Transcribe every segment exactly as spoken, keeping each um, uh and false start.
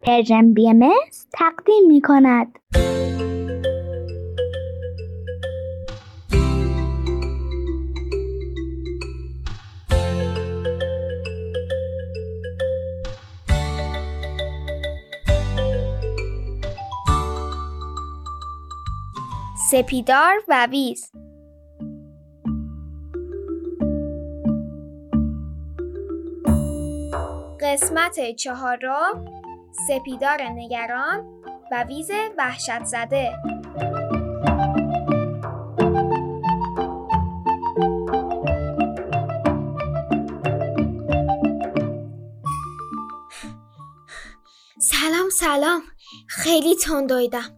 پرژن بی ام اس تقدیم می کند. سپیدار و ویز. قسمت چهارم، سپیدار نگران و ویز وحشت زده. سلام سلام، خیلی تند دویدم،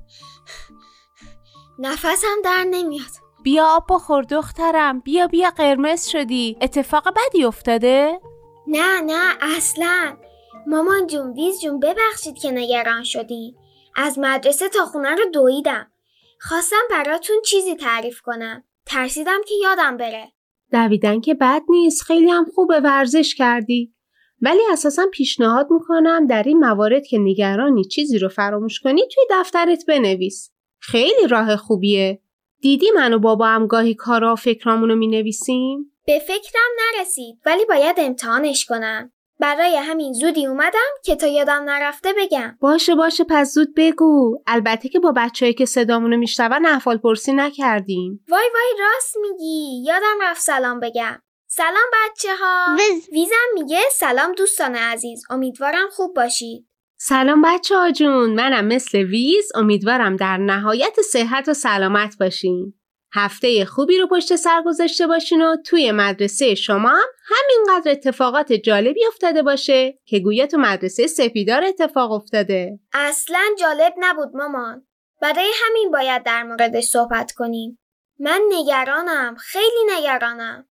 نفسم در نمیاد. بیا آب بخور دخترم، بیا بیا قرمز شدی. اتفاق بدی افتاده؟ نه نه اصلا. مامان جون، ویز جون، ببخشید که نگران شدین. از مدرسه تا خونه رو دویدم. خواستم براتون چیزی تعریف کنم. ترسیدم که یادم بره. دویدن که بد نیست، خیلی هم خوبه، ورزش کردی. ولی اساساً پیشنهاد میکنم در این موارد که نگرانی چیزی رو فراموش کنی توی دفترت بنویس. خیلی راه خوبیه. دیدی من و بابا هم گاهی کارا و فکرامونو مینویسیم؟ به فکرم نرسید، ولی باید امتحانش کنم. برای همین زودی اومدم که تا یادم نرفته بگم. باشه باشه، پس زود بگو. البته که با بچه‌ای که صدامونو میشنون احوال پرسی نکردیم. وای وای، راست میگی، یادم رفت سلام بگم. سلام بچه ها. ویز. ویزم میگه سلام دوستان عزیز، امیدوارم خوب باشید. سلام بچه ها جون، منم مثل ویز، امیدوارم در نهایت صحت و سلامت باشین. هفته خوبی رو پشت سر گذاشته باشین و توی مدرسه شما هم همینقدر اتفاقات جالبی افتاده باشه که گویا تو مدرسه سپیدار اتفاق افتاده. اصلاً جالب نبود مامان. برای همین باید در موردش صحبت کنیم. من نگرانم، خیلی نگرانم.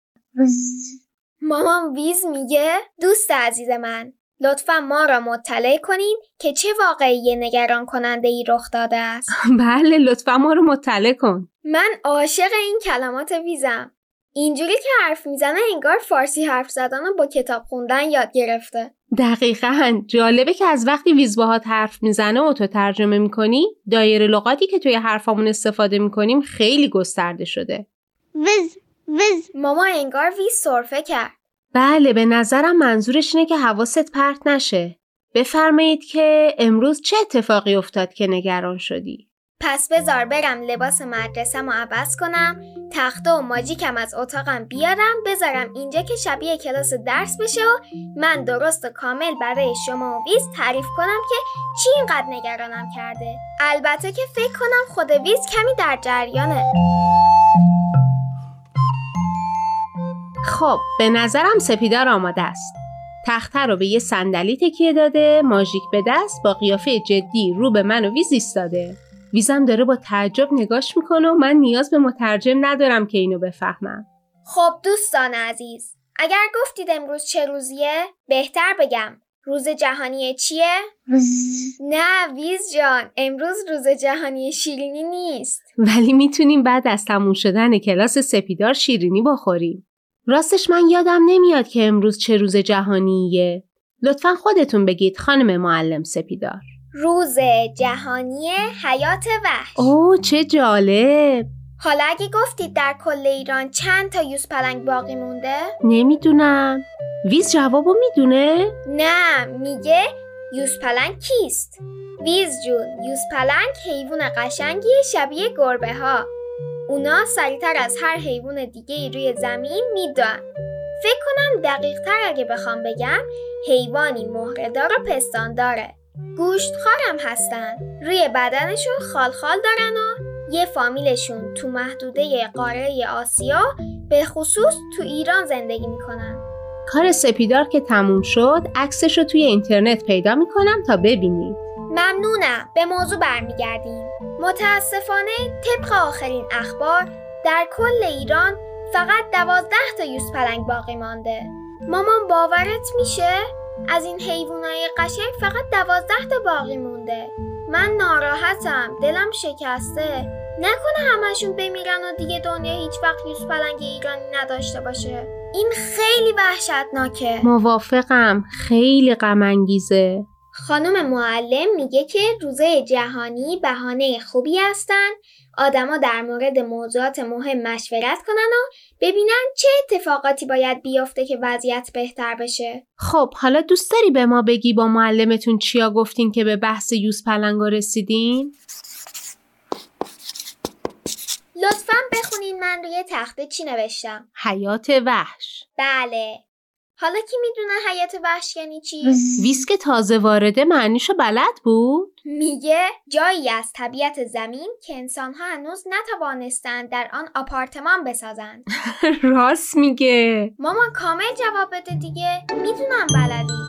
مامان ویز میگه دوست عزیز من، لطفاً ما را مطلع کنین که چه واقعی نگران کننده ای رخ داده است. بله، لطفاً ما رو مطلع کن. من عاشق این کلمات ویزم. اینجوری که حرف میزنه انگار فارسی حرف زدن و با کتاب خوندن یاد گرفته. دقیقاً. جالبه که از وقتی ویز باهات حرف میزنه و تو ترجمه میکنی، دایره لغاتی که توی حرفامون استفاده میکنیم خیلی گسترده شده. ویز ویز. ماما انگار ویز سرفه کرد. بله، به نظرم منظورش اینه که حواست پرت نشه. بفرمایید که امروز چه اتفاقی افتاد که نگران شدی؟ پس بذار برم لباس مدرسه‌مو عوض کنم، تخته و ماژیکم از اتاقم بیارم بذارم اینجا که شبیه کلاس درس بشه و من درست و کامل برای شما و ویز تعریف کنم که چی اینقدر نگرانم کرده. البته که فکر کنم خود ویز کمی در جریانه. خب، به نظرم سپیدار آماده است. تخته رو به یه صندلی تکیه داده، ماژیک به دست، با قیافه جدی رو به من و ویز ایستاده. ویزم داره با تعجب نگاش میکنه و من نیاز به مترجم ندارم که اینو بفهمم. خب دوستان عزیز، اگر گفتید امروز چه روزیه، بهتر بگم روز جهانی چیه؟ نه ویز جان، امروز روز جهانی شیرینی نیست. ولی میتونیم بعد از تموم شدن کلاس سپیدار شیرینی بخوریم. راستش من یادم نمیاد که امروز چه روز جهانیه. لطفاً خودتون بگید خانم معلم سپیدار. روز جهانی حیات وحش. اوه چه جالب. حالا اگه گفتید در کل ایران چند تا یوزپلنگ باقی مونده؟ نمیدونم. ویز جوابو میدونه؟ نه، میگه یوزپلنگ کیست؟ ویز جون، یوزپلنگ حیوان قشنگی شبیه گربه ها. اونا سریعتر از هر حیوان دیگه روی زمین میدوئن. فکر کنم دقیق تر اگه بخوام بگم حیوانی مهره‌دار و پستانداره. گوشتخوارم هستن. روی بدنشون خالخال دارن و یه فامیلشون تو محدوده قاره آسیا، به خصوص تو ایران زندگی میکنن. کار سپیدار که تموم شد عکسش رو توی اینترنت پیدا میکنم تا ببینید. ممنونم. به موضوع برمیگردیم. متاسفانه طبق آخرین اخبار در کل ایران فقط دوازده تا یوزپلنگ باقی مانده. مامان باورت میشه؟ از این حیوانای قشنگ فقط دوازده تا باقی مونده. من ناراحتم، دلم شکسته. نکنه همشون بمیرن و دیگه دنیا هیچ وقت یوزپلنگ ایرانی نداشته باشه. این خیلی وحشتناکه. موافقم، خیلی غم انگیزه. خانم معلم میگه که روزای جهانی بهانه خوبی هستن آدما در مورد موضوعات مهم مشورت کنن و ببینن چه اتفاقاتی باید بیفته که وضعیت بهتر بشه. خب حالا دوست داری به ما بگی با معلمتون چیا گفتین که به بحث یوزپلنگا رسیدین؟ لطفاً بخونین من روی تخته چی نوشتم. حیات وحش. بله. حالا کی میدونه حیات وحش یعنی چی؟ ویز که تازه وارده معنیشو بلد بود؟ میگه جایی از طبیعت زمین که انسان‌ها هنوز نتوانستند در آن آپارتمان بسازند. راست میگه. مامان کامل جواب بده دیگه. میدونم بلدی.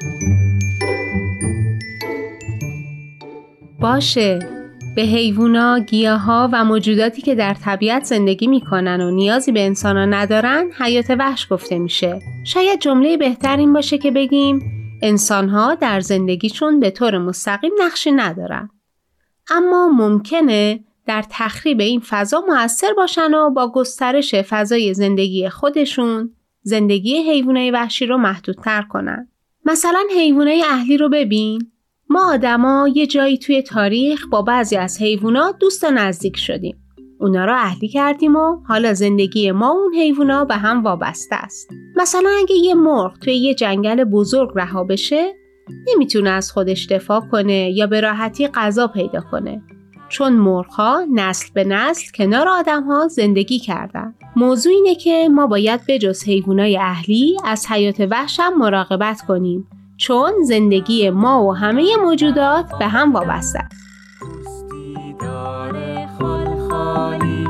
باشه. به حیوونا، گیاها و موجوداتی که در طبیعت زندگی میکنن و نیازی به انسانا ندارن حیات وحش گفته میشه. شاید جمله بهتر این باشه که بگیم انسانها در زندگیشون به طور مستقیم نقشی ندارن، اما ممکنه در تخریب این فضا مؤثر باشن و با گسترش فضای زندگی خودشون زندگی حیوانای وحشی رو محدودتر کنن. مثلا حیوانای اهلی رو ببین. ما آدما یه جایی توی تاریخ با بعضی از حیوونا دوست و نزدیک شدیم. اونا رو اهلی کردیم و حالا زندگی ما و اون حیوونا به هم وابسته است. مثلا اگه یه مرغ توی یه جنگل بزرگ رها بشه، نمیتونه از خودش دفاع کنه یا به راحتی غذا پیدا کنه. چون مرغ‌ها نسل به نسل کنار آدم‌ها زندگی کردن. موضوع اینه که ما باید بجز حیوانای اهلی از حیات وحش هم مراقبت کنیم. چون زندگی ما و همه موجودات به هم وابسته است. دوستی داره خالخالی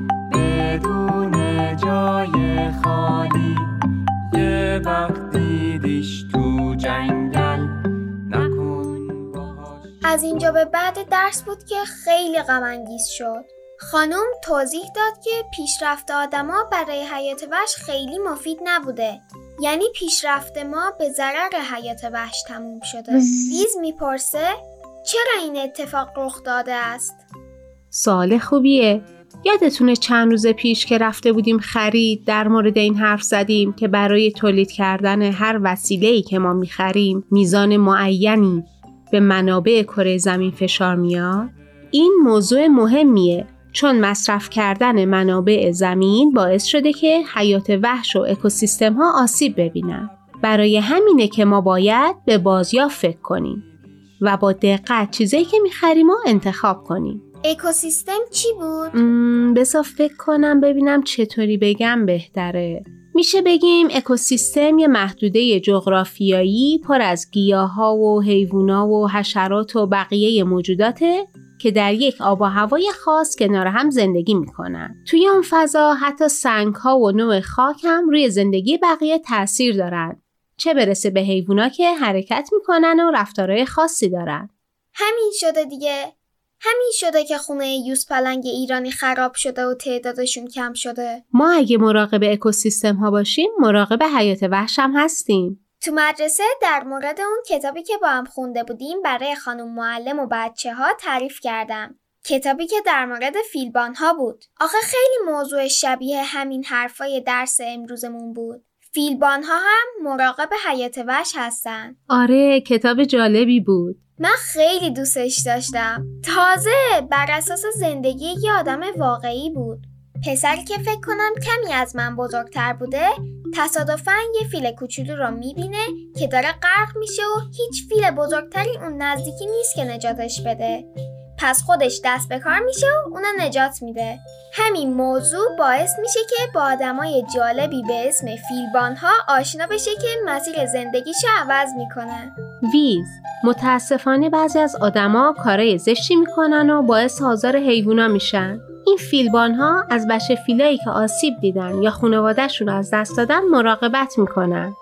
بدون جای خالی، یه وقت دیدیش تو جنگل نکن باهاش. از اینجا به بعد درس بود که خیلی غم انگیز شد. خانم توضیح داد که پیشرفت آدما برای حیات وحش خیلی مفید نبوده. یعنی پیشرفت ما به ضرر حیات وحش تموم شده. ویز میپرسه چرا این اتفاق رخ داده است؟ سوال خوبیه. یادتونه چند روز پیش که رفته بودیم خرید در مورد این حرف زدیم که برای تولید کردن هر وسیله‌ای که ما میخریم میزان معینی به منابع کره زمین فشار میاد؟ این موضوع مهمیه، چون مصرف کردن منابع زمین باعث شده که حیات وحش و اکوسیستم ها آسیب ببینن. برای همینه که ما باید به بازیافت فکر کنیم و با دقت چیزایی که میخریم رو انتخاب کنیم. اکوسیستم چی بود؟ بذار فکر کنم ببینم چطوری بگم بهتره. میشه بگیم اکوسیستم یه محدوده جغرافیایی پر از گیاها و حیوونا و حشرات و بقیه موجوداته که در یک آب و هوای خاص کنار هم زندگی میکنن. توی اون فضا حتی سنگ‌ها و نوع خاک هم روی زندگی بقیه تأثیر دارن. چه برسه به حیوونا که حرکت میکنن و رفتارهای خاصی دارن. همین شده دیگه. همین شده که خونه یوزپلنگ ایرانی خراب شده و تعدادشون کم شده. ما اگه مراقب اکوسیستم ها باشیم، مراقب حیات وحش هم هستیم. تو مدرسه در مورد اون کتابی که با هم خونده بودیم برای خانم معلم و بچه ها تعریف کردم. کتابی که در مورد فیلبان ها بود. آخه خیلی موضوع شبیه همین حرفای درس امروزمون بود. فیلبان ها هم مراقب حیات وحش هستن. آره، کتاب جالبی بود. من خیلی دوستش داشتم. تازه بر اساس زندگی یه آدم واقعی بود. پسری که فکر کنم کمی از من بزرگتر بوده تصادفاً یه فیل کوچولو رو میبینه که داره غرق میشه و هیچ فیل بزرگتری اون نزدیکی نیست که نجاتش بده. پس خودش دست به کار میشه و اونو نجات میده. همین موضوع باعث میشه که با آدمای جالبی به اسم فیلبانها آشنا بشه که مسیر زندگیشو عوض میکنه. ویز، متاسفانه بعضی از آدما کارای زشتی میکنن و باعث آزار حیوونا میشن. این فیلبانها از بچه فیلایی که آسیب دیدن یا خانواده‌شون رو از دست دادن مراقبت میکنن.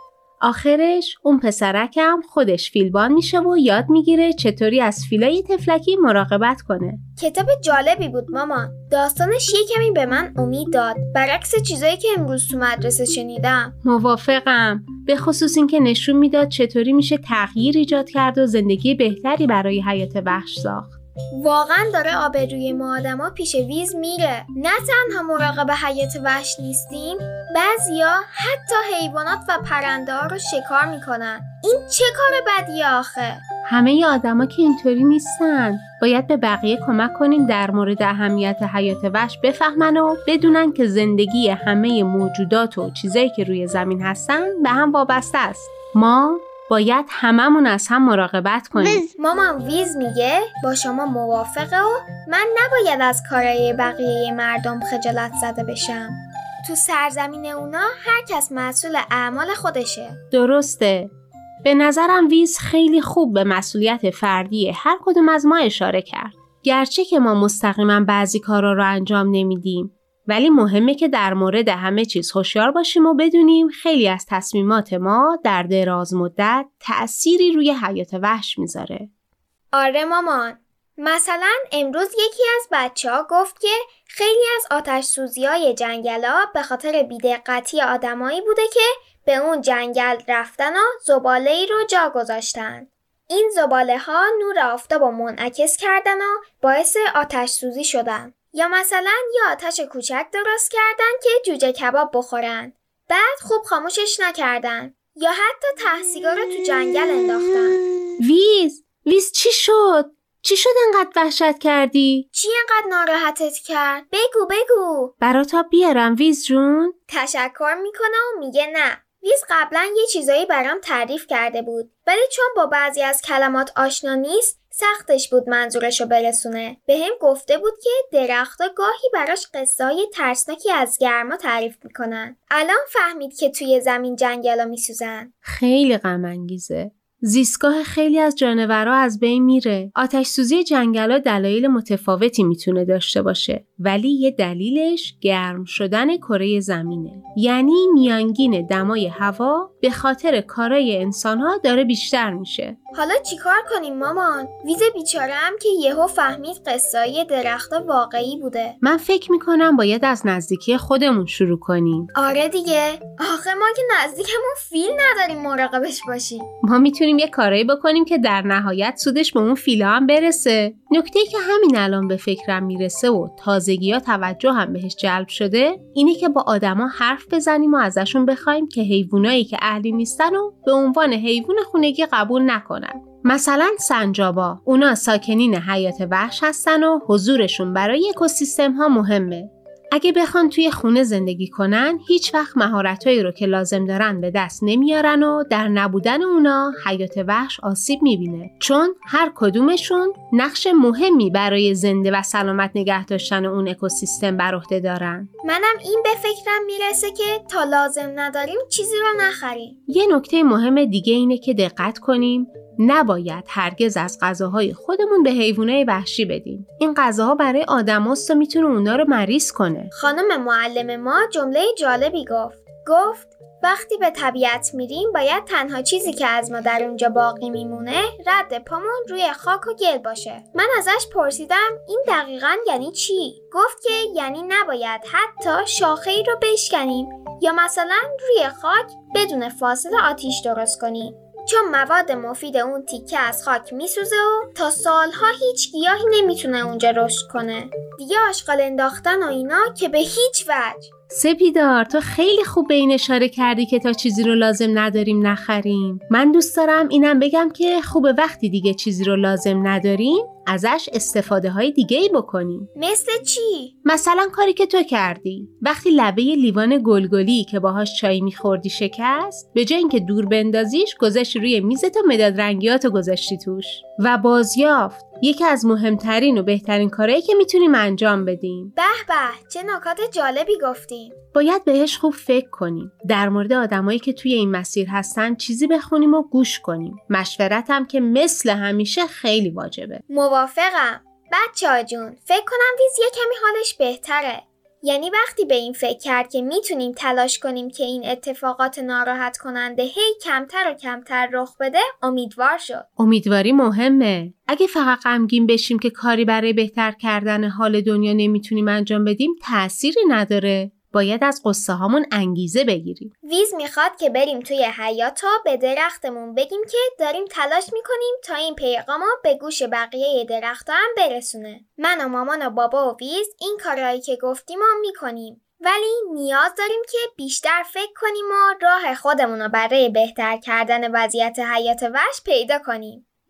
آخرش اون پسرکم خودش فیلبان میشه و یاد میگیره چطوری از فیلای تفلکی مراقبت کنه. کتاب جالبی بود مامان. داستانش یه کمی به من امید داد، برعکس چیزایی که امروز تو مدرسه شنیدم. موافقم، به خصوص این که نشون میداد چطوری میشه تغییر ایجاد کرد و زندگی بهتری برای حیات وحش ساخت. واقعا داره آبروی ما آدما پیش ویز میره. نه تنها مراقب حیات وحش نیستیم، بعضیا حتی حیوانات و پرنده ها رو شکار میکنن. این چه کار بدیه آخه؟ همه ی آدما که اینطوری نیستن. باید به بقیه کمک کنیم در مورد اهمیت حیات وحش بفهمن و بدونن که زندگی همه موجودات و چیزایی که روی زمین هستن به هم وابسته است. ما باید هممون از هم مراقبت کنیم. مامان ویز میگه با شما موافقه و من نباید از کارهای بقیه مردم خجالت زده بشم. تو سرزمین اونا هر کس مسئول اعمال خودشه. درسته. به نظرم ویز خیلی خوب به مسئولیت فردی هر کدوم از ما اشاره کرد. گرچه که ما مستقیما بعضی کارا رو انجام نمیدیم، ولی مهمه که در مورد همه چیز هوشیار باشیم و بدونیم خیلی از تصمیمات ما در دراز مدت تأثیری روی حیات وحش میذاره. آره مامان. مثلا امروز یکی از بچه‌ها گفت که خیلی از آتش سوزی‌های جنگل‌ها به خاطر بی‌دقتی آدمایی بوده که به اون جنگل رفتن و زباله‌ای رو جا گذاشتن. این زباله‌ها نور آفتاب رو منعکس کردن و باعث آتش سوزی شدن. یا مثلا یه آتش کوچک درست کردن که جوجه کباب بخورن. بعد خوب خاموشش نکردن. یا حتی ته سیگار رو تو جنگل انداختن. ویز، ویز چی شد؟ چی شد انقدر وحشت کردی؟ چی انقدر ناراحتت کرد؟ بگو بگو. برات بیارم ویز جون؟ تشکر میکنه و میگه نه. ویز قبلا یه چیزایی برام تعریف کرده بود، ولی چون با بعضی از کلمات آشنا نیست سختش بود منظورشو برسونه. به هم گفته بود که درخت‌ها گاهی براش قصه‌های ترسناکی از گرما تعریف میکنن. الان فهمید که توی زمین جنگلا میسوزن. خیلی غم انگیزه. زیستگاه خیلی از جانورها از بین میره. آتش سوزی جنگلا دلایل متفاوتی میتونه داشته باشه، ولی یه دلیلش گرم شدن کره زمینه. یعنی میانگین دمای هوا به خاطر کارای انسان‌ها داره بیشتر میشه. حالا چیکار کنیم مامان؟ ویز بیچاره هم که یهو فهمید قصه‌های درخت‌ها واقعی بوده. من فکر میکنم باید از نزدیکی خودمون شروع کنیم. آره دیگه. آخه ما که نزدیکمون فیل نداریم مراقبش باشیم. ما میتونیم یه کارایی بکنیم که در نهایت سودش به اون فیلا هم برسه. نکته‌ای که همین الان به فکرم میرسه و تازگی‌ها توجه هم بهش جلب شده اینه که با آدما حرف بزنیم و ازشون بخوایم که حیوانایی که اهلی نیستن و به عنوان حیوان خونگی قبول نکنن. مثلا سنجابا، اونا ساکنین حیات وحش هستن و حضورشون برای اکوسیستم ها مهمه. اگه بخوان توی خونه زندگی کنن هیچ وقت مهارتایی رو که لازم دارن به دست نمیارن و در نبودن اونا حیات وحش آسیب میبینه، چون هر کدومشون نقش مهمی برای زنده و سلامت نگه داشتن اون اکوسیستم بر عهده دارن. منم این به فکرم میرسه که تا لازم نداریم چیزی رو نخریم. یه نکته مهم دیگه اینه که دقت کنیم نباید هرگز از غذاهای خودمون به حیوانات وحشی بدیم. این غذاها برای آدماست و میتونه اونا رو مریض کنه. خانم معلم ما جمله جالبی گفت. گفت وقتی به طبیعت میریم باید تنها چیزی که از ما در اونجا باقی میمونه رد پامون روی خاک و گل باشه. من ازش پرسیدم این دقیقاً یعنی چی؟ گفت که یعنی نباید حتی شاخه‌ای رو بشکنیم یا مثلا روی خاک بدون فاصله آتیش درست کنیم، چون مواد مفید اون تیکه از خاک میسوزه و تا سالها هیچ گیاهی نمیتونه اونجا رشد کنه. دیگه آشغال انداختن و اینا که به هیچ وجه. سپیدار، تو خیلی خوب به این اشاره کردی که تا چیزی رو لازم نداریم نخریم. من دوست دارم اینم بگم که خوبه وقتی دیگه چیزی رو لازم نداریم ازش استفاده های دیگه ای بکنیم. مثل چی؟ مثلا کاری که تو کردی. وقتی لبه لیوان گلگلی که باهاش چای میخوردی شکست، به جای اینکه دور بندازیش گذاشتی روی میزت و مداد رنگیاتو گذاشتی توش. و بازیافت یکی از مهمترین و بهترین کارهایی که میتونیم انجام بدیم. به به، چه نکات جالبی گفتیم. باید بهش خوب فکر کنیم. در مورد آدمایی که توی این مسیر هستن چیزی بخونیم و گوش کنیم. مشورتم که مثل همیشه خیلی واجبه. موافقم. بچه‌ها جون، فکر کنم ویز یه کمی حالش بهتره. یعنی وقتی به این فکر کرد که میتونیم تلاش کنیم که این اتفاقات ناراحت کننده هی کمتر و کمتر رخ بده، امیدوار شد. امیدواری مهمه. اگه فقط غمگین بشیم که کاری برای بهتر کردن حال دنیا نمیتونیم انجام بدیم، تأثیری نداره. باید از قصه هامون انگیزه بگیریم. ویز میخواد که بریم توی حیاط و به درختمون بگیم که داریم تلاش میکنیم تا این پیغامو به گوش بقیه درخت‌ها هم برسونه. من و مامان و بابا و ویز این کارهایی که گفتیم رو میکنیم، ولی نیاز داریم که بیشتر فکر کنیم و راه خودمون رو برای بهتر کردن وضعیت حیات وحش پیدا کنیم.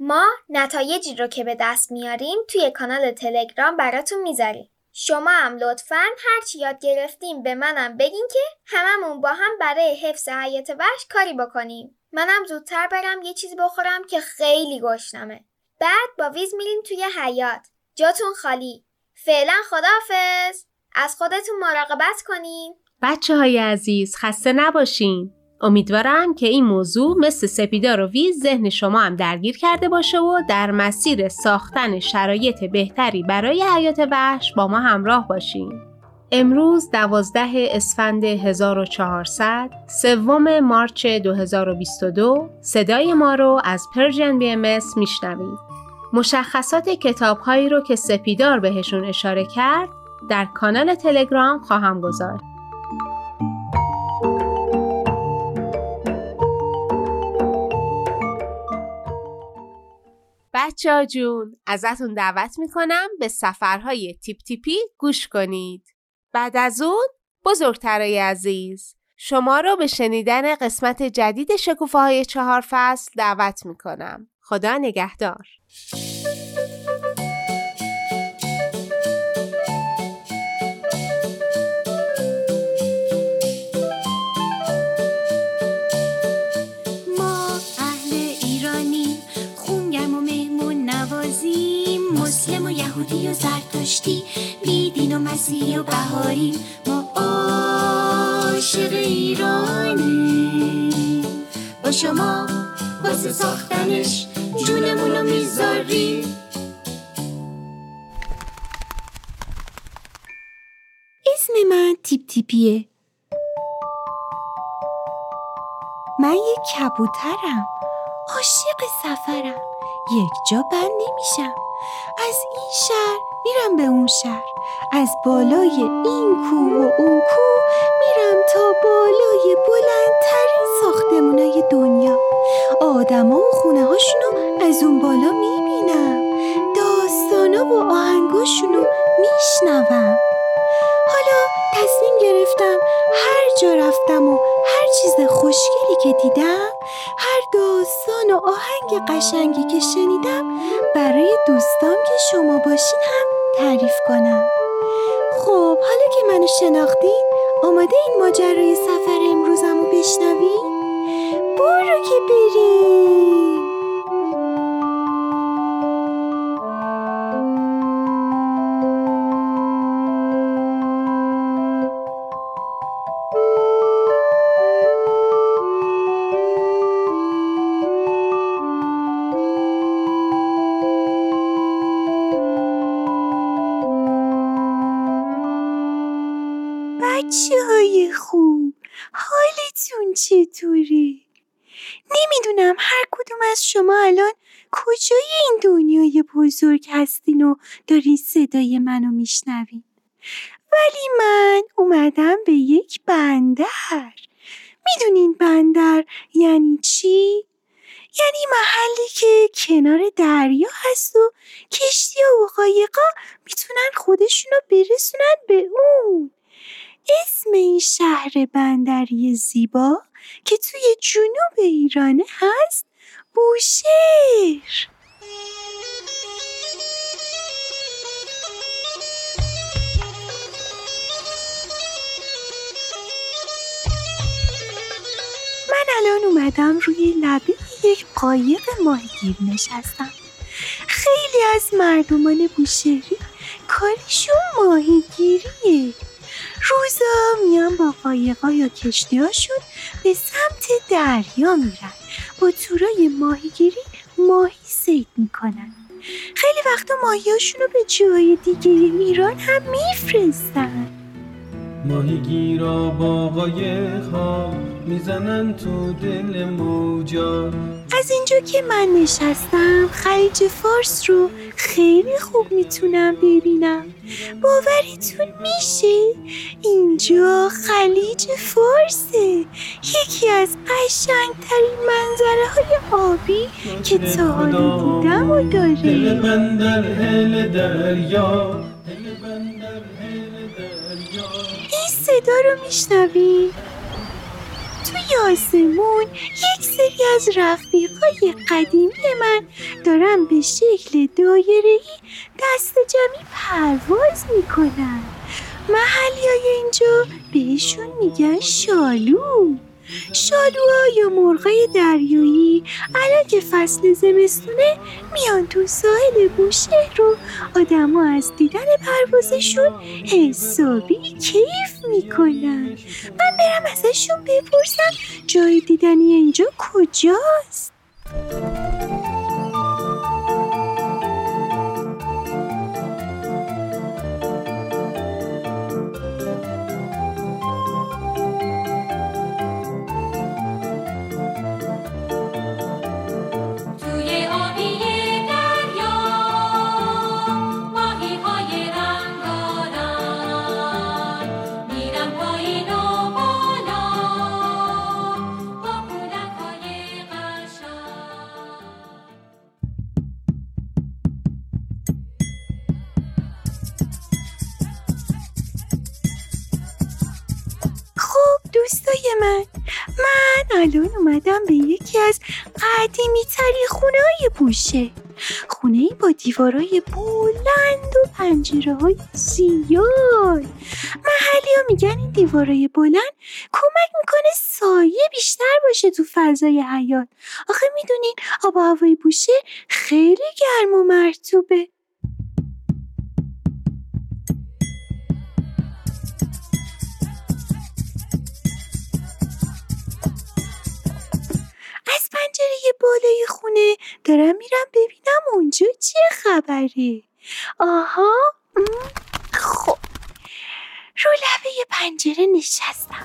ما نتایجی رو که به دست میاریم توی کانال تلگرام براتون میذاریم. شما هم لطفاً هر چی یاد گرفتیم به منم بگین که هممون با هم برای حفظ حیات وحش کاری بکنیم. منم زودتر برم یه چیزی بخورم که خیلی گشنمه. بعد با ویز میریم توی حیات. جاتون خالی. فعلا خداحافظ. از خودتون مراقبت کنین. بچه های عزیز خسته نباشین. امیدوارم که این موضوع مثل سپیدار و ویز ذهن شما هم درگیر کرده باشه و در مسیر ساختن شرایط بهتری برای حیات وحش با ما همراه باشین. امروز دوازده اسفند هزار و چهارصد، سوم مارچ دو هزار و بیست و دو، صدای ما رو از پرژن بی ام اس میشنوید. مشخصات کتاب‌هایی رو که سپیدار بهشون اشاره کرد در کانال تلگرام خواهم گذاشت. بچه ها جون، ازتون دعوت میکنم به سفرهای تیپ تیپی گوش کنید. بعد از اون بزرگترای عزیز، شما رو به شنیدن قسمت جدید شکوفه های چهار فصل دعوت میکنم. خدا نگهدار. مسلم و یهودی و زرتشتی، بیدین و مسیحی و بهاری، ما عاشق ایرانی. با شما واسه ساختنش جونمونو میذاریم. اسم من تیپ تیپیه. من یک کبوترم، عاشق سفرم، یک جا بند نمیشم. از این شهر میرم به اون شهر، از بالای این کوه و اون کوه میرم تا بالای بلندترین ساختمونای دنیا. آدما و خونه هاشونو از اون بالا میبینم، داستانا و آهنگاشونو میشنوم. حالا تصمیم گرفتم هر جا رفتم و هر چیز خوشگلی که دیدم، هر داستان و آهنگ قشنگی که شنیدم برای دوستام که شما باشین هم تعریف کنم. خب حالا که منو شناختین، آماده این ماجرای سفر امروزمو بشنوین؟ برو که بریم. بچه های خوب، حالتون چطوره؟ نمیدونم هر کدوم از شما الان کجای این دنیای بزرگ هستین و دارین صدای منو میشنوین، ولی من اومدم به یک بندر. میدونین بندر یعنی چی؟ یعنی محلی که کنار دریا هست و کشتی‌ها و قایق‌ها میتونن خودشونو برسونن به اون. اسم این شهر بندری زیبا که توی جنوب ایرانه هست بوشهر. من الان اومدم روی لبه یک قایق ماهیگیر نشستم. خیلی از مردمان بوشهری کارشون ماهیگیریه. روزا میان با قایقا یا کشتی‌هاشون به سمت دریا میرن، با تورای ماهیگیری ماهی صید میکنن. خیلی وقتا ماهیاشونو به جای دیگه ایران هم میفرستن. ماهیگیرا با قایق‌ها میزنن تو دل موجا. از اینجا که من نشستم خلیج فارس رو خیلی خوب میتونم ببینم. باورتون میشه؟ اینجا خلیج فارسه، یکی از قشنگترین منظره های آبی که تا حالا دیدم و داره. دل بندر هل دریا، دل بندر هل دریا. این صدا رو میشنوی؟ توی آسمون یک سری از رفیقای قدیمی من دارن به شکل دایره‌ای دست جمعی پرواز میکنن. محلیای اینجا بهشون میگن شالو. شالوها یا مرغای دریایی الان که فصل زمستونه میان تو ساحل بوشهر رو آدم ها از دیدن پروازشون حسابی کیف میکنن. من برم ازشون بپرسم جای دیدنی اینجا کجاست؟ دوستای من من الان اومدم به یکی از قدیمی تری خونه های بوشهر. خونه ای با دیوارای بلند و پنجره های زیاد. محلی ها میگن این دیوارای بلند کمک میکنه سایه بیشتر باشه تو فضای حیاط. آخه میدونین آب و هوای بوشهر خیلی گرم و مرطوبه. از پنجره بالای خونه دارم میرم ببینم اونجا چه خبره. آها خب رو لبه پنجره نشستم.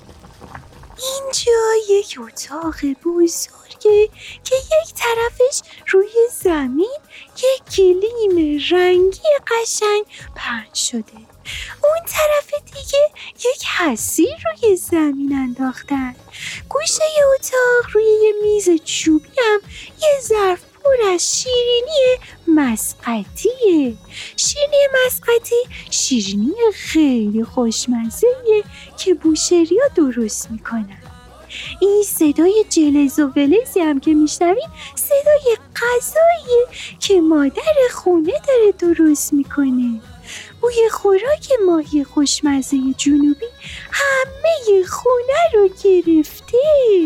اینجا یک اتاق بزرگه که یک طرفش روی زمین یک گلیم رنگی قشنگ پهن شده. اون طرف دیگه یک حصیر روی زمین انداختن. گوشه اتاق روی یه میز چوبی هم یه ظرف پر از شیرینی مسقطیه. شیرینی مسقطی شیرینی خیلی خوشمزه‌ایه که بوشهری‌ها درست میکنن. این صدای جلز و ولزی هم که میشنوین صدای غذاییه که مادر خونه داره درست میکنه. بوی خوراک ماهی خوشمزه جنوبی همه خونه رو گرفته.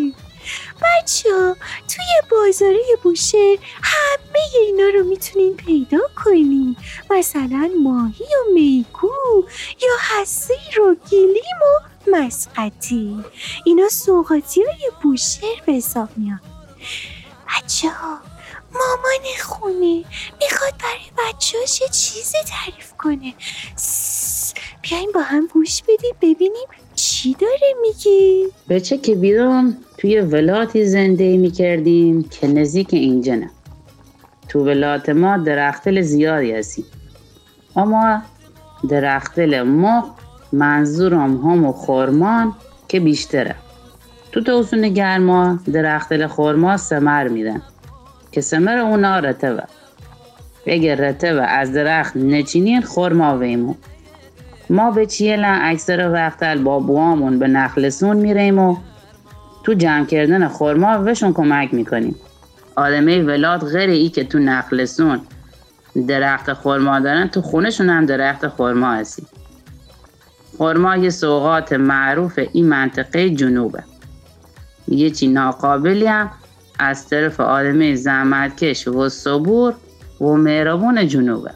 بچه‌ها توی بازاره بوشهر همه اینا رو میتونین پیدا کنین، مثلا ماهی و میگو یا حصیر و گلیم و مسقطی. اینا سوغاتی های بوشهر به حساب میان. بچه‌ها مامان خونه میخواد برای بچه‌هاش یه چیزی تعریف کنه. بیاین با هم گوش بدیم ببینیم چی داره میگه. بچه که بیرون توی ولاتی زندگی میکردیم که نزدیک اینجا نه. تو ولات ما درختل زیادی هستیم، اما درختل ما منظورم همو خورمان که بیشتره. تو توسون گرما درختل خورما ثمر میدن که ثمر اونا رطبه. اگر رطبه از درخت نچینین خورما ویمو. ما به چیلن اکثر وقت با بوامون به نخلسون میریم و تو جمع کردن خورما وشون کمک میکنیم. آدمای ولاد غیر ای که تو نخلسون درخت خورما دارن، تو خونشون هم درخت خورما هستی. خورما یه سوغات معروف این منطقه جنوبه. یه چی ناقابلی هم از طرف آدمای زحمتکش و صبور و مهربون جنوبه.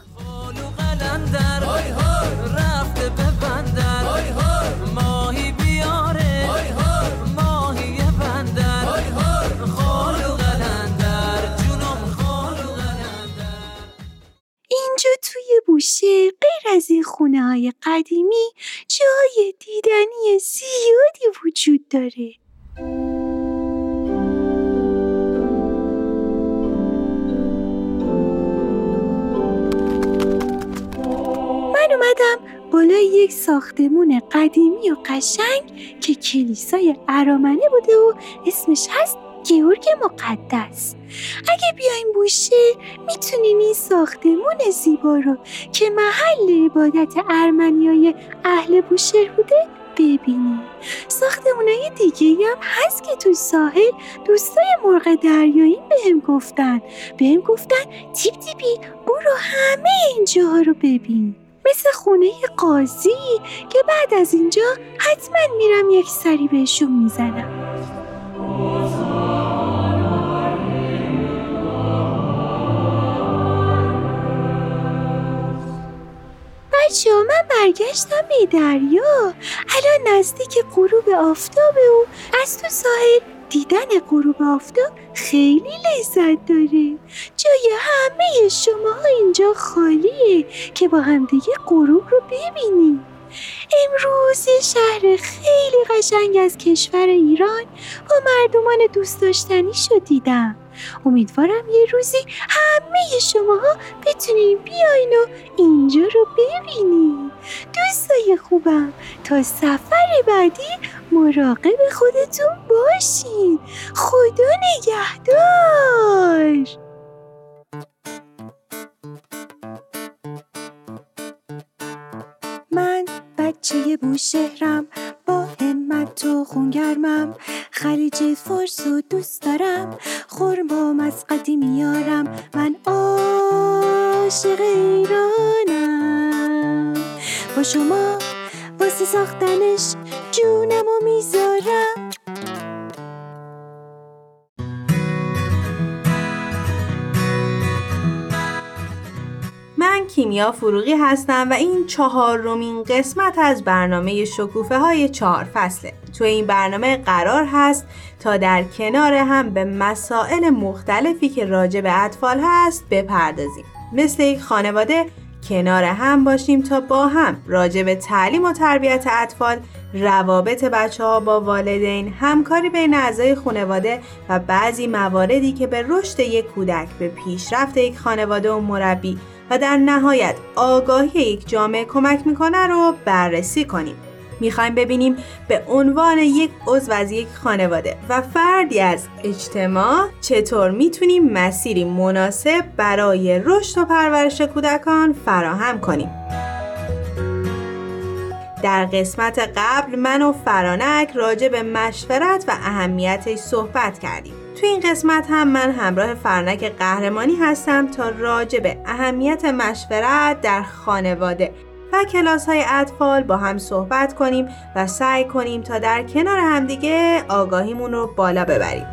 اینجا توی بوشهر غیر از این خونه های قدیمی جای دیدنی زیادی وجود داره. من اومدم بالای یک ساختمون قدیمی و قشنگ که کلیسای ارامنه بوده و اسمش هست گیورگ مقدس. اگه بیاین بوشهر میتونین این ساختمون زیبا رو که محل عبادت ارمنیای اهل بوشهر بوده ببینی. ساختمونای دیگه هم هست که تو ساحل دوستای مرغ دریایی بهم گفتن بهم گفتن تیپ تیپی برو همه اینجاها رو ببین، مثل خونه قاضی که بعد از اینجا حتما میرم یک سری بهشون میزنم. بچه ها من برگشتم به دریا. الان نزدیک غروب آفتابه و از تو ساحل دیدن غروب آفتاب خیلی لذت داره. جای همه شما اینجا خالیه که با هم دیگه غروب رو ببینیم. امروز یه شهر خیلی قشنگ از کشور ایران با مردمان دوست داشتنیشو دیدم. امیدوارم یه روزی همه شماها بتونین بیاین و اینجا رو ببینین. دوستای خوبم، تا سفر بعدی مراقب خودتون باشین. خدا نگهدار. من بچه بوشهرم، با همت و خونگرمم، خلیج فارس و دوست دارم، خرما مسقطی میارم، من عاشق ایرانم. با شما واسه ساختنش جونمو میذارم. من کیمیا فروغی هستم و این چهارمین قسمت از برنامه شکوفه های چهار فصله. تو این برنامه قرار هست تا در کنار هم به مسائل مختلفی که راجع به اطفال هست بپردازیم. مثل یک خانواده کنار هم باشیم تا با هم راجع به تعلیم و تربیت اطفال، روابط بچه ها با والدین، همکاری بین اعضای خانواده و بعضی مواردی که به رشد یک کودک، به پیشرفت یک خانواده و مربی و در نهایت آگاهی یک جامعه کمک میکنه رو بررسی کنیم. میخوایم ببینیم به عنوان یک عضو از یک خانواده و فردی از اجتماع چطور میتونیم مسیری مناسب برای رشد و پرورش کودکان فراهم کنیم. در قسمت قبل من و فرانک راجع به مشورت و اهمیتش صحبت کردیم. تو این قسمت هم من همراه فرانک قهرمانی هستم تا راجع به اهمیت مشورت در خانواده و کلاس‌های اطفال با هم صحبت کنیم و سعی کنیم تا در کنار همدیگه آگاهیمون رو بالا ببریم.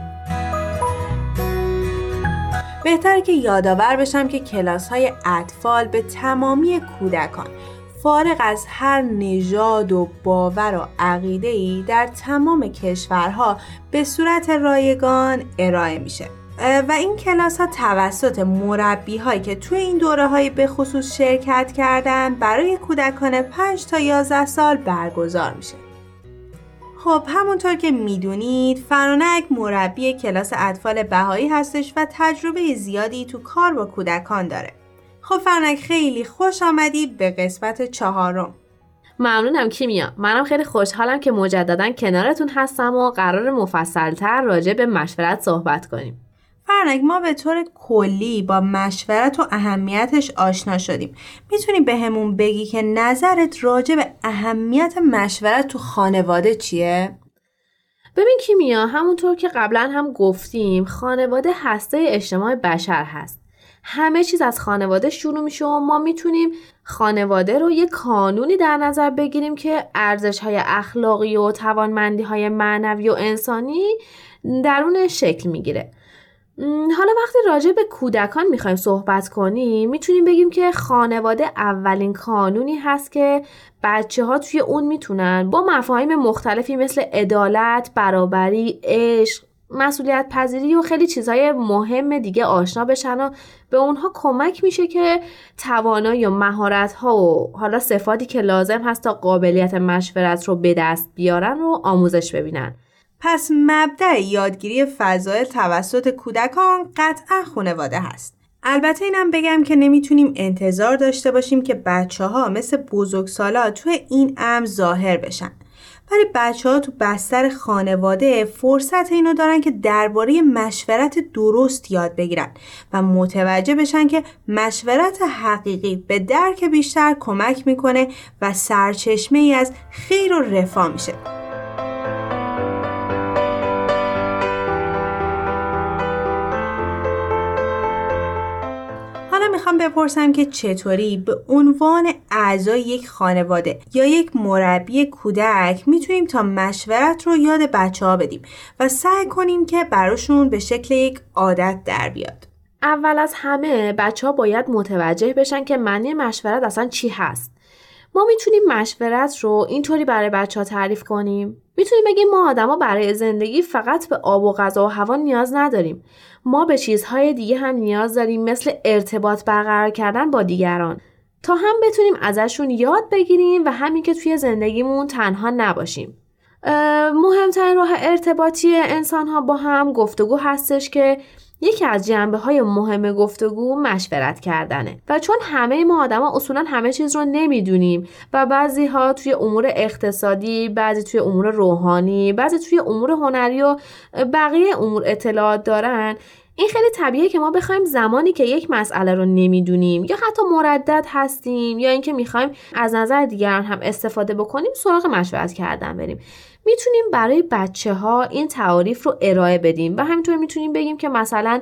بهتره که یادآور بشم که کلاس‌های اطفال به تمامی کودکان فارغ از هر نژاد و باور و عقیده‌ای در تمام کشورها به صورت رایگان ارائه میشه و این کلاس ها توسط مربی هایی که توی این دوره های به خصوص شرکت کردن برای کودکان پنج تا یازده سال برگزار میشه. خب همونطور که میدونید فرانک مربی کلاس اطفال بهایی هستش و تجربه زیادی تو کار با کودکان داره. خب فرانک خیلی خوش آمدی به قسمت چهارم. ممنونم کیمیا. منم خیلی خوشحالم که مجددا کنارتون هستم و قرار مفصل‌تر راجع به مشورت صحبت کنیم. فرانک ما به طور کلی با مشورت و اهمیتش آشنا شدیم. میتونی به همون بگی که نظرت راجع به اهمیت مشورت تو خانواده چیه؟ ببین کیمیا، همونطور که قبلا هم گفتیم خانواده هسته اجتماع بشر هست. همه چیز از خانواده شروع میشه و ما میتونیم خانواده رو یک کانونی در نظر بگیریم که ارزش‌های اخلاقی و توانمندی‌های معنوی و انسانی در اون شکل میگیره. حالا وقتی راجع به کودکان میخوایم صحبت کنیم میتونیم بگیم که خانواده اولین کانونی هست که بچه ها توی اون میتونن با مفاهیم مختلفی مثل عدالت، برابری، عشق، مسئولیت پذیری و خیلی چیزهای مهم دیگه آشنا بشن و به اونها کمک میشه که توانایی و مهارت‌ها و حالا صفاتی که لازم هست تا قابلیت مشورت رو به دست بیارن و آموزش ببینن. پس مبدأ یادگیری فضایل توسط کودکان قطعا خانواده هست. البته اینم بگم که نمیتونیم انتظار داشته باشیم که بچه‌ها مثل بزرگسالا توی این امر ظاهر بشن. ولی بچه ها تو بستر خانواده فرصت اینو دارن که درباره مشورت درست یاد بگیرن و متوجه بشن که مشورت حقیقی به درک بیشتر کمک میکنه و سرچشمه ای از خیر و رفاه میشه. میخوام بپرسم که چطوری به عنوان اعضای یک خانواده یا یک مربی کودک میتونیم تا مشورت رو یاد بچه ها بدیم و سعی کنیم که براشون به شکل یک عادت در بیاد. اول از همه بچه ها باید متوجه بشن که معنی مشورت اصلا چی هست. ما میتونیم مشورت رو اینطوری برای بچه ها تعریف کنیم. میتونیم بگیم ما آدما برای زندگی فقط به آب و غذا و هوا نیاز نداریم. ما به چیزهای دیگه هم نیاز داریم، مثل ارتباط برقرار کردن با دیگران، تا هم بتونیم ازشون یاد بگیریم و همین که توی زندگیمون تنها نباشیم. مهمترین راه ارتباطی انسان‌ها با هم گفتگو هستش که یکی از جنبه‌های مهم گفتگو مشورت کردنه و چون همه ما آدما اصولاً همه چیز رو نمیدونیم و بعضی‌ها توی امور اقتصادی، بعضی توی امور روحانی، بعضی توی امور هنری و بقیه امور اطلاعات دارن، این خیلی طبیعیه که ما بخوایم زمانی که یک مسئله رو نمیدونیم یا حتی مردد هستیم یا اینکه میخوایم از نظر دیگران هم استفاده بکنیم سراغ مشورت کردن بریم. میتونیم برای بچه ها این تعاریف رو ارائه بدیم و همینطور میتونیم بگیم که مثلا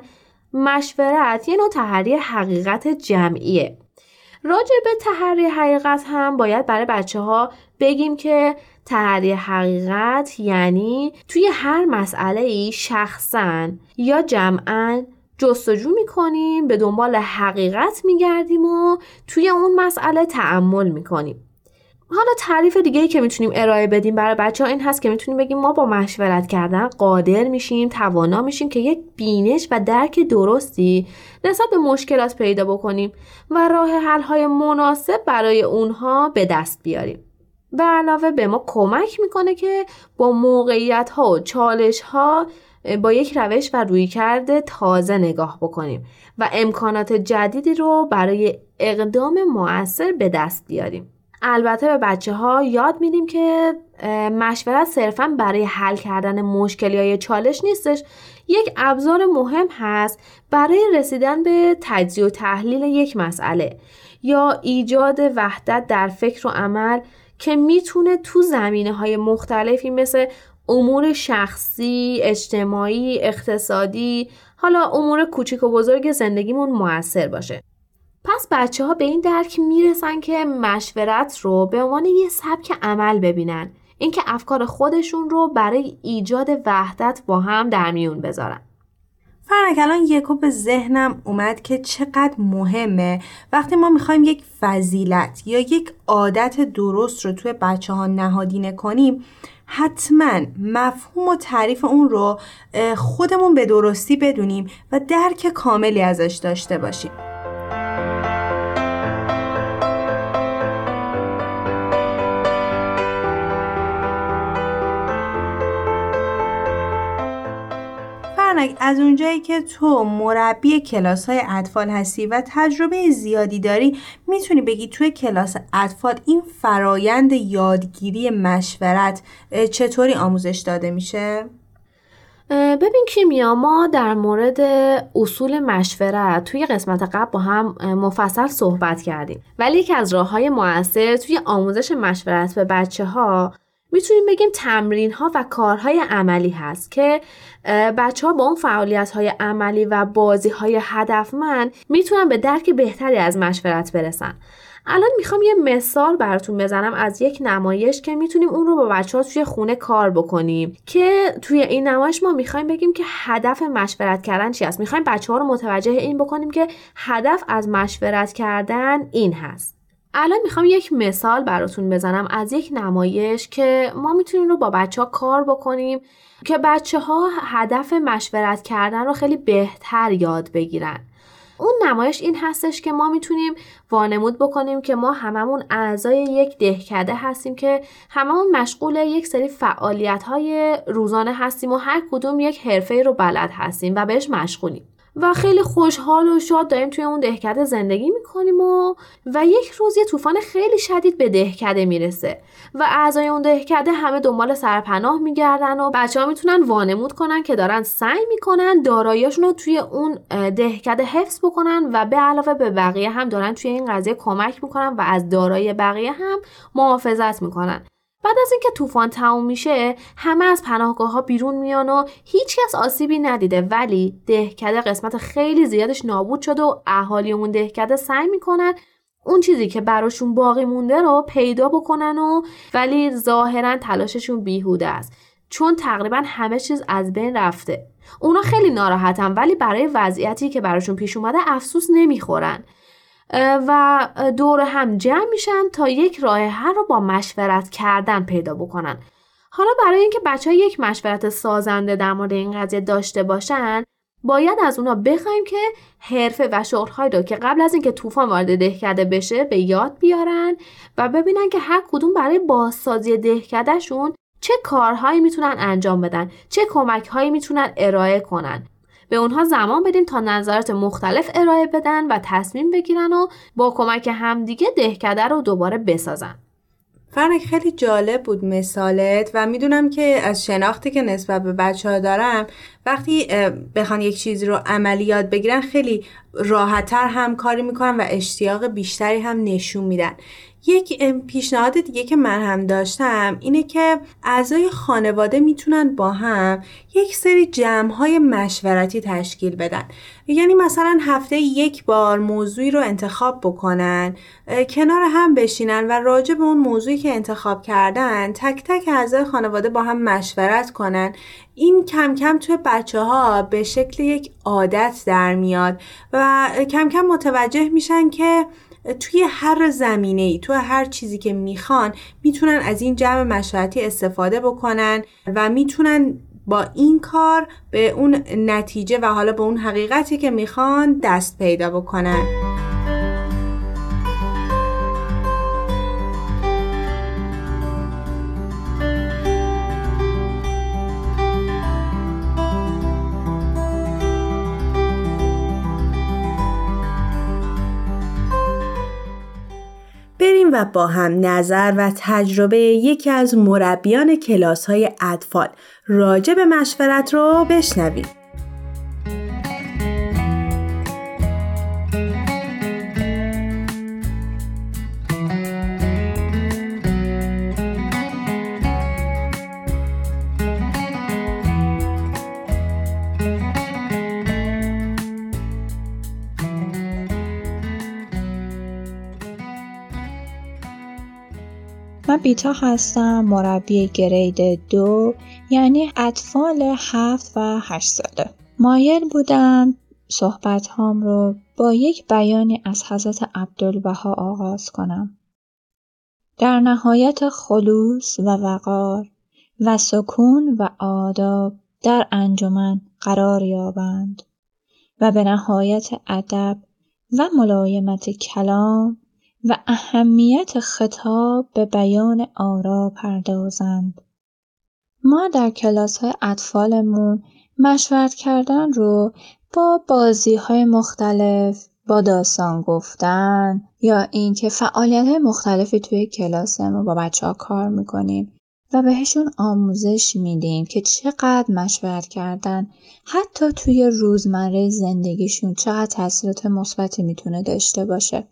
مشورت یه نوع تحری حقیقت جمعیه. راجع به تحری حقیقت هم باید برای بچه ها بگیم که تحری حقیقت یعنی توی هر مسئله ای شخصاً یا جمعاً جستجو میکنیم، به دنبال حقیقت میگردیم و توی اون مسئله تأمل میکنیم. حالا تعریف دیگه‌ای که میتونیم ارائه بدیم برای بچه‌ها این هست که میتونیم بگیم ما با مشورت کردن قادر میشیم، توانا میشیم که یک بینش و درک درستی نسبت به مشکلات پیدا بکنیم و راه حل‌های مناسب برای اونها به دست بیاریم. به علاوه به ما کمک میکنه که با موقعیت‌ها و چالش‌ها با یک روش و رویکرد تازه نگاه بکنیم و امکانات جدیدی رو برای اقدام مؤثر به دست بیاریم. البته به بچه ها یاد میدیم که مشورت صرفاً برای حل کردن مشکل یا چالش نیستش، یک ابزار مهم هست برای رسیدن به تجزیه و تحلیل یک مسئله یا ایجاد وحدت در فکر و عمل که میتونه تو زمینه‌های مختلفی مثل امور شخصی، اجتماعی، اقتصادی، حالا امور کوچیک و بزرگ زندگیمون موثر باشه. پس بچه ها به این درک میرسن که مشورت رو به عنوان یه سبک عمل ببینن، اینکه افکار خودشون رو برای ایجاد وحدت با هم در میون بذارن. فرنک الان یکو به ذهنم اومد که چقدر مهمه وقتی ما میخوایم یک فضیلت یا یک عادت درست رو توی بچه ها نهادینه کنیم، حتما مفهوم و تعریف اون رو خودمون به درستی بدونیم و درک کاملی ازش داشته باشیم. از اونجایی که تو مربی کلاس‌های اطفال هستی و تجربه زیادی داری، میتونی بگی توی کلاس اطفال این فرایند یادگیری مشورت چطوری آموزش داده میشه؟ ببین کیمیا، ما در مورد اصول مشورت توی قسمت قبل با هم مفصل صحبت کردیم، ولی یکی از راه‌های مؤثر توی آموزش مشورت به بچه‌ها میتونیم بگیم تمرین ها و کارهای عملی هست که بچه ها با اون فعالیت های عملی و بازی های هدفمند میتونن به درک بهتری از مشورت برسن. الان میخوام یه مثال براتون بزنم از یک نمایش که میتونیم اون رو با بچه ها توی خونه کار بکنیم که توی این نمایش ما میخوایم بگیم که هدف مشورت کردن چی هست. میخوایم بچه ها رو متوجه این بکنیم که هدف از مشورت کردن این هست. الان میخوام یک مثال براتون بزنم از یک نمایش که ما میتونیم رو با بچه ها کار بکنیم که بچه ها هدف مشورت کردن رو خیلی بهتر یاد بگیرن. اون نمایش این هستش که ما میتونیم وانمود بکنیم که ما هممون اعضای یک دهکده هستیم که هممون مشغول یک سری فعالیت های روزانه هستیم و هر کدوم یک حرفه رو بلد هستیم و بهش مشغولیم. و خیلی خوشحال و شاد داریم توی اون دهکده زندگی میکنیم و و یک روز یه طوفان خیلی شدید به دهکده میرسه و اعضای اون دهکده همه دنبال سرپناه میگردن و بچه‌ها میتونن وانمود کنن که دارن سعی میکنن داراییاشون رو توی اون دهکده حفظ بکنن و به علاوه به بقیه هم دارن توی این قضیه کمک میکنن و از دارایی بقیه هم محافظت میکنن. بعد از اینکه طوفان تموم میشه همه از پناهگاه ها بیرون میان و هیچ کس آسیبی ندیده، ولی دهکده قسمت خیلی زیادش نابود شده و اهالی اون دهکده سعی میکنن اون چیزی که براشون باقی مونده رو پیدا بکنن و ولی ظاهرا تلاششون بیهوده است چون تقریبا همه چیز از بین رفته. اونا خیلی ناراحتن ولی برای وضعیتی که براشون پیش اومده افسوس نمیخورن و دور هم جمع میشن تا یک راه حل رو با مشورت کردن پیدا بکنن. حالا برای اینکه بچه‌ها یک مشورت سازنده در مورد این قضیه داشته باشن باید از اونا بخوایم که حرفه و شغل‌هایی رو که قبل از اینکه طوفان وارد دهکده بشه به یاد بیارن و ببینن که هر کدوم برای بازسازی دهکدهشون چه کارهایی میتونن انجام بدن، چه کمک‌هایی میتونن ارائه کنن. به اونها زمان بدیم تا نظرات مختلف ارائه بدن و تصمیم بگیرن و با کمک همدیگه دهکده رو دوباره بسازن. فرنک خیلی جالب بود مثالت و میدونم که از شناختی که نسبت به بچه ها دارم وقتی بخوان یک چیزی رو عملی یاد بگیرن خیلی راحت‌تر هم کاری میکنن و اشتیاق بیشتری هم نشون میدن. یک پیشنهاد دیگه که من هم داشتم اینه که اعضای خانواده میتونن با هم یک سری جمع‌های مشورتی تشکیل بدن. یعنی مثلا هفته یک بار موضوعی رو انتخاب بکنن، کنار هم بشینن و راجع به اون موضوعی که انتخاب کردن تک تک اعضای خانواده با هم مشورت کنن. این کم کم توی بچه ها به شکل یک عادت در میاد و کم کم متوجه میشن که توی هر زمینه‌ای، توی هر چیزی که میخوان میتونن از این جمع مشورتی استفاده بکنن و میتونن با این کار به اون نتیجه و حالا به اون حقیقتی که میخوان دست پیدا بکنن. بریم و با هم نظر و تجربه یکی از مربیان کلاس‌های اطفال راجع به مشورت رو بشنویم. من بیتا هستم، مربی گرید دو، یعنی اطفال هفت و هشت ساله. مایل بودم صحبت هام رو با یک بیانی از حضرت عبدالبها آغاز کنم. در نهایت خلوص و وقار و سکون و آداب در انجمن قرار یابند و به نهایت ادب و ملایمت کلام و اهمیت خطاب به بیان آرا پردازند. ما در کلاس‌های اطفالمون مشورت کردن رو با بازی‌های مختلف، با داستان گفتن یا اینکه فعالیت‌های مختلفی توی کلاسمون با بچه‌ها کار می‌کنیم و بهشون آموزش میدیم که چقدر مشورت کردن حتی توی روزمره زندگیشون چقدر تاثیرات مثبتی میتونه داشته باشه.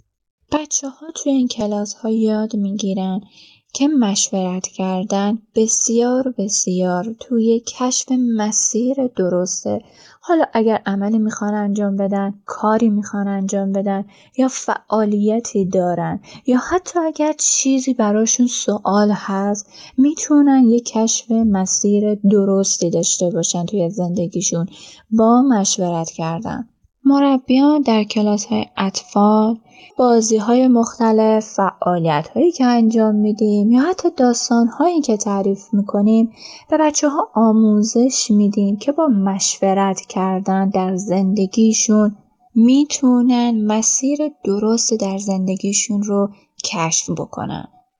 بچه ها توی این کلاس ها یاد میگیرن که مشورت کردن بسیار بسیار توی کشف مسیر درسته. حالا اگر عملی میخوان انجام بدن، کاری میخوان انجام بدن یا فعالیتی دارن یا حتی اگر چیزی براشون سوال هست میتونن یک کشف مسیر درستی داشته باشن توی زندگیشون با مشورت کردن. مربیان در کلاس‌های اطفال بازی‌های مختلف، فعالیت‌هایی که انجام میدیم یا حتی داستان‌هایی که تعریف می‌کنیم به بچه‌ها آموزش میدیم که با مشورت کردن در زندگیشون میتونن مسیر درست در زندگیشون رو کشف بکنن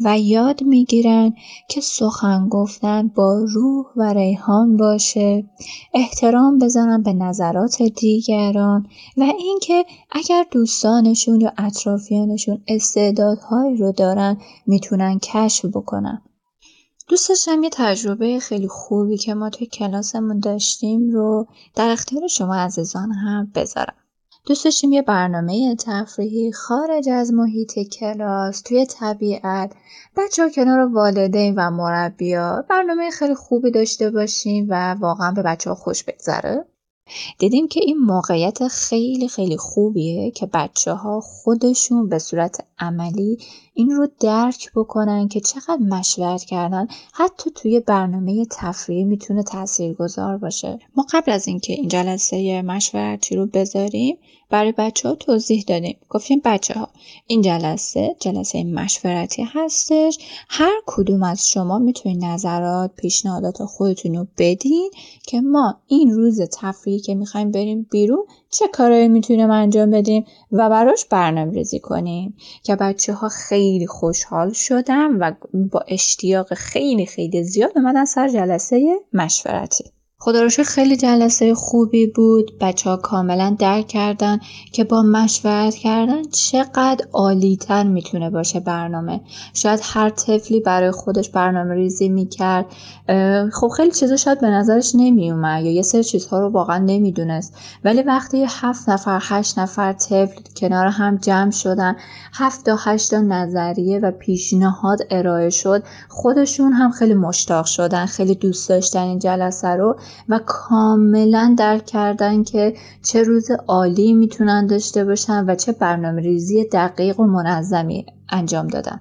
و یاد میگیرن که سخن گفتن با روح و ریحان باشه، احترام بذارن به نظرات دیگران و اینکه اگر دوستانشون یا اطرافیانشون استعدادهایی رو دارن میتونن کشف بکنن. دوست داشتم یه تجربه خیلی خوبی که ما توی کلاسمون داشتیم رو در اختیار شما عزیزان هم بذارم. دوست داشتیم یه برنامه تفریحی خارج از محیط کلاس توی طبیعت بچه‌ها کنار والدین و مربی‌ها برنامه خیلی خوبی داشته باشیم و واقعا به بچه‌ها خوش بگذره. دیدیم که این موقعیت خیلی خیلی خوبیه که بچه‌ها خودشون به صورت عملی این رو درک بکنن که چقدر مشورت کردن حتی توی برنامه تفریحی میتونه تاثیرگذار باشه. ما قبل از اینکه این جلسه مشورتی رو بذاریم برای بچه‌ها توضیح دادیم. گفتیم بچه‌ها این جلسه جلسه مشورتی هستش. هر کدوم از شما میتونید نظرات، پیشنهادات خودتون رو بدین که ما این روز تفریحی که میخوایم بریم بیرون چه کارایی میتونیم انجام بدیم و براش برنامه‌ریزی کنیم. که بچه‌ها خیلی خوشحال شدن و با اشتیاق خیلی خیلی زیاد اومدن سر جلسه مشورتی. خدا رو شکر خیلی جلسه خوبی بود. بچه‌ها کاملا درک کردن که با مشورت کردن چقدر عالی‌تر میتونه باشه برنامه. شاید هر طفلی برای خودش برنامه ریزی میکرد، خب خیلی چیزا شاید به نظرش نمیومد یا یه سری چیزها رو واقعا نمیدونست، ولی وقتی هفت نفر هشت نفر طفل کنار هم جمع شدن، هفت تا هشت تا نظریه و پیشنهاد ارائه شد، خودشون هم خیلی مشتاق شدن، خیلی دوست داشتن این جلسه رو و کاملا درک کردن که چه روز عالی میتونن داشته باشن و چه برنامه ریزی دقیق و منظمی انجام دادن.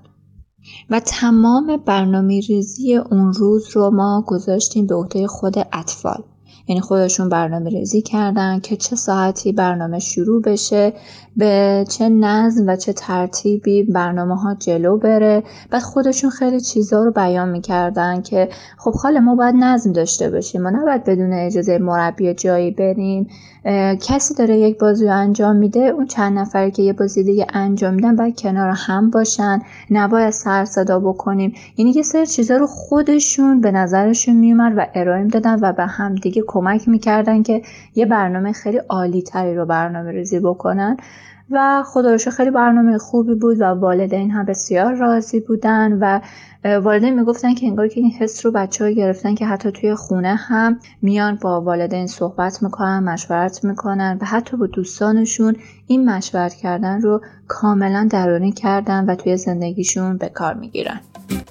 و تمام برنامه ریزی اون روز رو ما گذاشتیم به عهده خود اطفال. یعنی خودشون برنامه ریزی کردن که چه ساعتی برنامه شروع بشه، به چه نظم و چه ترتیبی برنامه ها جلو بره. بعد خودشون خیلی چیزا رو بیان میکردن که خب خاله ما باید نظم داشته باشیم، ما نباید بدون اجازه مربی جایی بریم. کسی داره یک بازی رو انجام میده، اون چند نفری که یه بازی دیگه انجام میدن باید کنار هم باشن، نباید سر صدا بکنیم. یعنی یه سری چیزا رو خودشون به نظرشون میومد و ارائه میدادن و به هم دیگه کمک میکردن که یه برنامه خیلی عالی تری رو برنامه ریزی بکنن. و خدا رو شکر خیلی برنامه خوبی بود و والدین هم بسیار راضی بودن و والدین میگفتن که انگار که این حس رو بچه‌ها گرفتن که حتی توی خونه هم میان با والدین صحبت میکنن، مشورت میکنن و حتی با دوستانشون این مشورت کردن رو کاملا درونی کردن و توی زندگیشون به کار میگیرن.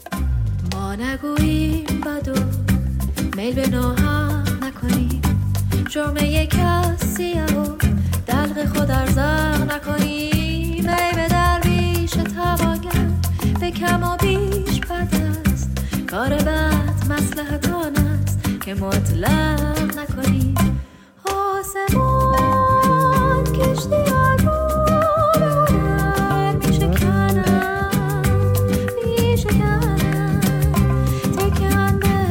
ما نگوییم بدو میل به ناهم نکنیم، جرمه کسیه و دلق خود ارزاق نکنیم. ای به درویش تواگر به کم و بیش بد است، کار بد مصلحت آن است که مطلق نکنیم. آسمان کشتی رو به میشه کنم میشه کنم تکم به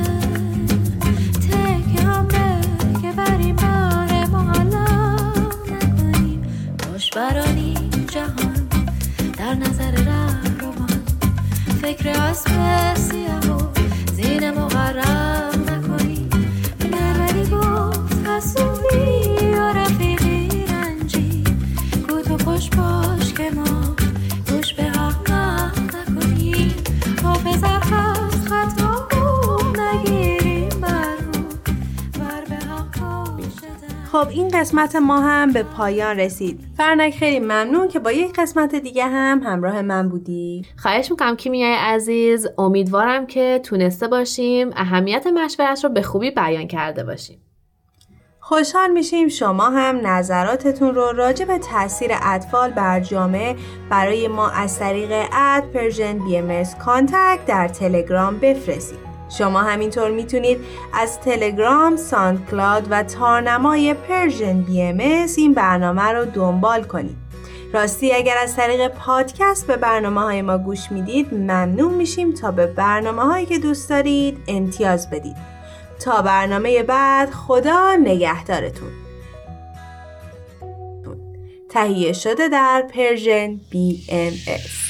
تکم به که بریم بار معلق نکنیم. خوشبرانی جهان در نظر ره روان، فکر اسب سیاه و زین مغرق نکنیم. نرمدی گفت حسوبی و رفیقی رنجی، گو تو خوش باش که ما گوش به حق نکنیم. حافظ هست خطا نگیریم بر رو بر به حق شدن. خب این قسمت ما هم به پایان رسید. فرنک خیلی ممنون که با یک قسمت دیگه هم همراه من بودی. خواهش میکنم کیمیای عزیز، امیدوارم که تونسته باشیم اهمیت مشورت رو به خوبی بیان کرده باشیم. خوشحال میشیم شما هم نظراتتون رو راجع به تاثیر اطفال بر جامعه برای ما از طریق ات پرژن بی ام اس کانتکت در تلگرام بفرستید. شما همینطور میتونید از تلگرام، ساندکلاود و تارنمای پرژن بی ام اس این برنامه رو دنبال کنید. راستی اگر از طریق پادکست به برنامه های ما گوش میدید ممنون میشیم تا به برنامه هایی که دوست دارید امتیاز بدید. تا برنامه بعد، خدا نگهدارتون. تهیه شده در پرژن بی ام اس.